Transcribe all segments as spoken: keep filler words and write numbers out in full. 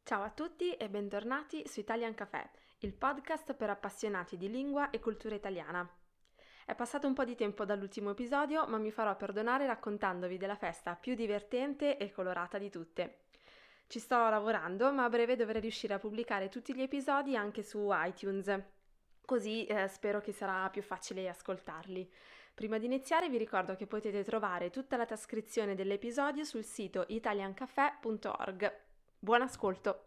Ciao a tutti e bentornati su Italian Café, il podcast per appassionati di lingua e cultura italiana. È passato un po' di tempo dall'ultimo episodio, ma mi farò perdonare raccontandovi della festa più divertente e colorata di tutte. Ci sto lavorando, ma a breve dovrei riuscire a pubblicare tutti gli episodi anche su iTunes, così eh, spero che sarà più facile ascoltarli. Prima di iniziare vi ricordo che potete trovare tutta la trascrizione dell'episodio sul sito italian café punto org. Buon ascolto!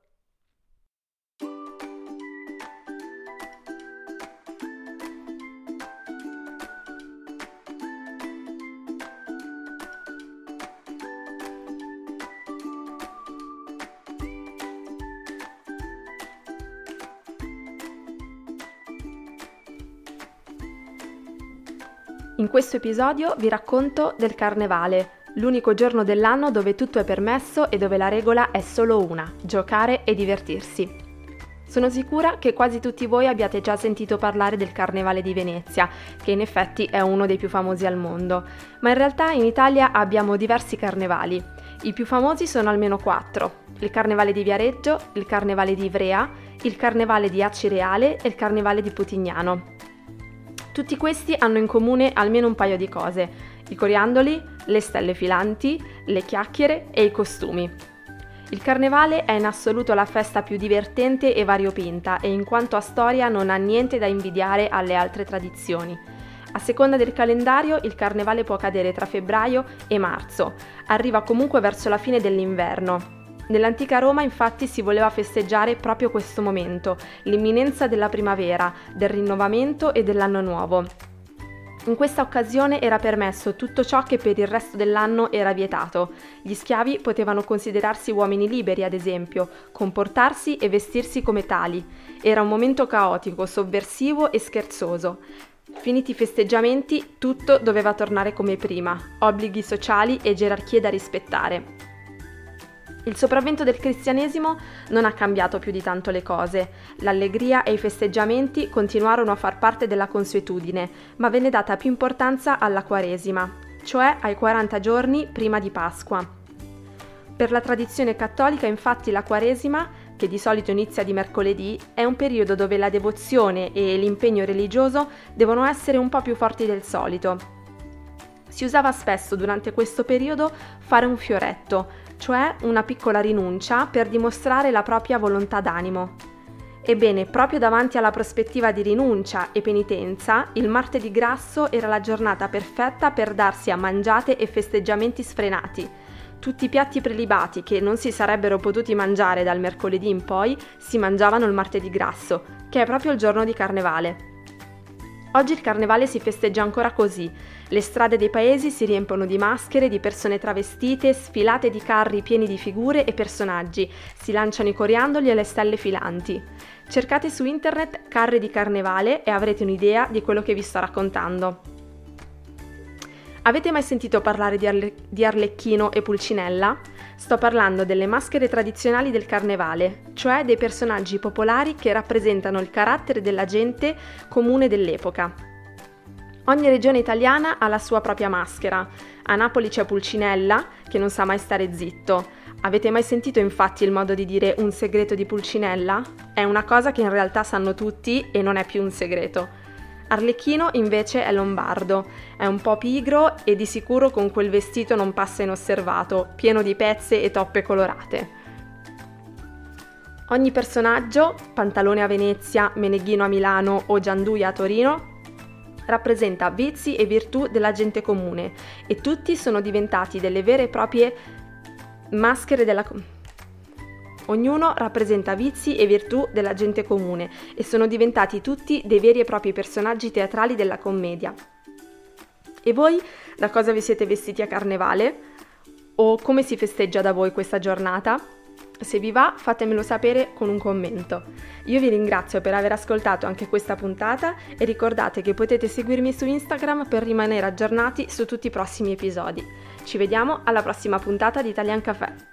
In questo episodio vi racconto del Carnevale, l'unico giorno dell'anno dove tutto è permesso e dove la regola è solo una: giocare e divertirsi. Sono sicura che quasi tutti voi abbiate già sentito parlare del Carnevale di Venezia, che in effetti è uno dei più famosi al mondo, ma in realtà in Italia abbiamo diversi carnevali. I più famosi sono almeno quattro: il Carnevale di Viareggio, il Carnevale di Ivrea, il Carnevale di Acireale e il Carnevale di Putignano. Tutti questi hanno in comune almeno un paio di cose: i coriandoli, le stelle filanti, le chiacchiere e i costumi. Il Carnevale è in assoluto la festa più divertente e variopinta e in quanto a storia non ha niente da invidiare alle altre tradizioni. A seconda del calendario il Carnevale può cadere tra febbraio e marzo, arriva comunque verso la fine dell'inverno. Nell'antica Roma infatti si voleva festeggiare proprio questo momento, l'imminenza della primavera, del rinnovamento e dell'anno nuovo. In questa occasione era permesso tutto ciò che per il resto dell'anno era vietato. Gli schiavi potevano considerarsi uomini liberi, ad esempio, comportarsi e vestirsi come tali. Era un momento caotico, sovversivo e scherzoso. Finiti i festeggiamenti, tutto doveva tornare come prima, obblighi sociali e gerarchie da rispettare. Il sopravvento del cristianesimo non ha cambiato più di tanto le cose. L'allegria e i festeggiamenti continuarono a far parte della consuetudine, ma venne data più importanza alla Quaresima, cioè ai quaranta giorni prima di Pasqua. Per la tradizione cattolica, infatti, la Quaresima, che di solito inizia di mercoledì, è un periodo dove la devozione e l'impegno religioso devono essere un po' più forti del solito. Si usava spesso durante questo periodo fare un fioretto, cioè una piccola rinuncia per dimostrare la propria volontà d'animo. Ebbene, proprio davanti alla prospettiva di rinuncia e penitenza, il martedì grasso era la giornata perfetta per darsi a mangiate e festeggiamenti sfrenati. Tutti i piatti prelibati che non si sarebbero potuti mangiare dal mercoledì in poi si mangiavano il martedì grasso, che è proprio il giorno di Carnevale. Oggi il Carnevale si festeggia ancora così. Le strade dei paesi si riempiono di maschere, di persone travestite, sfilate di carri pieni di figure e personaggi, si lanciano i coriandoli e le stelle filanti. Cercate su internet carri di Carnevale e avrete un'idea di quello che vi sto raccontando. Avete mai sentito parlare di, Arle- di Arlecchino e Pulcinella? Sto parlando delle maschere tradizionali del Carnevale, cioè dei personaggi popolari che rappresentano il carattere della gente comune dell'epoca. Ogni regione italiana ha la sua propria maschera. A Napoli c'è Pulcinella, che non sa mai stare zitto. Avete mai sentito infatti il modo di dire un segreto di Pulcinella? È una cosa che in realtà sanno tutti e non è più un segreto. Arlecchino invece è lombardo, è un po' pigro e di sicuro con quel vestito non passa inosservato, pieno di pezze e toppe colorate. Ogni personaggio, Pantalone a Venezia, Meneghino a Milano o Gianduia a Torino, rappresenta vizi e virtù della gente comune e tutti sono diventati delle vere e proprie maschere della Ognuno rappresenta vizi e virtù della gente comune e sono diventati tutti dei veri e propri personaggi teatrali della commedia. E voi da cosa vi siete vestiti a Carnevale? O come si festeggia da voi questa giornata? Se vi va, fatemelo sapere con un commento. Io vi ringrazio per aver ascoltato anche questa puntata e ricordate che potete seguirmi su Instagram per rimanere aggiornati su tutti i prossimi episodi. Ci vediamo alla prossima puntata di Italian Café.